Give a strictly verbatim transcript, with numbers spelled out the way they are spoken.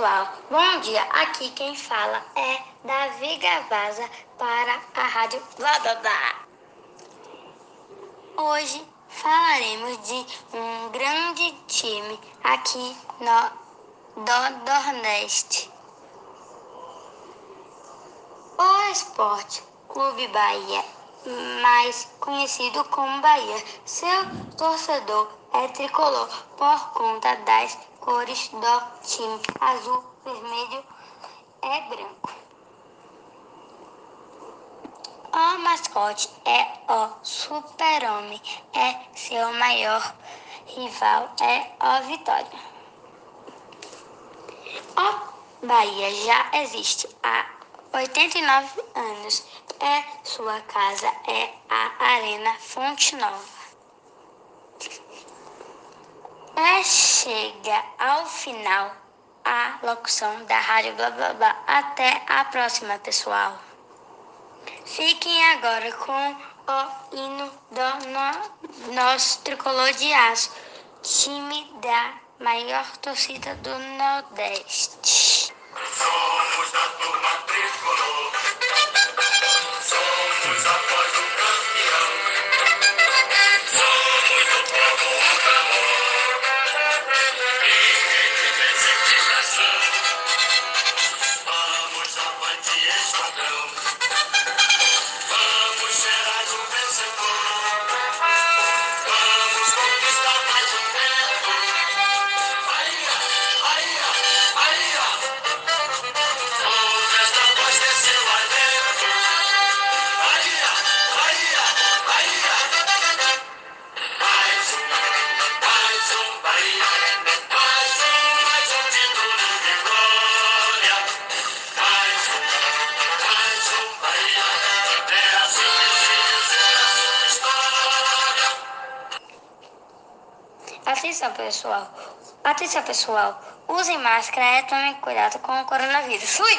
pessoal, bom dia. Aqui quem fala é Davi Gavaza para a Rádio Blá Blá Blá. Hoje falaremos de um grande time aqui no, do Nordeste. O Esporte Clube Bahia, mais conhecido como Bahia. Seu torcedor é tricolor por conta das cores do time: azul, vermelho e branco. O mascote é o Super-Homem, é seu maior rival é o Vitória. O Bahia já existe há oitenta e nove anos. É sua casa é a Arena Fonte Nova. É, chega ao final a locução da Rádio Blá Blá Blá. Até a próxima, pessoal. Fiquem agora com o hino do no, nosso tricolor de aço, time da maior torcida do Nordeste. Somos da turma tricolor, somos a voz do campeão, somos do povo com amor, e de designação. Vamos avante, esquadrão, vamos ser o vencedor, vamos conquistar mais um tempo. Bahia, Bahia, Bahia. Atenção, pessoal. Atenção, pessoal. Usem máscara e tomem cuidado com o coronavírus. Fui!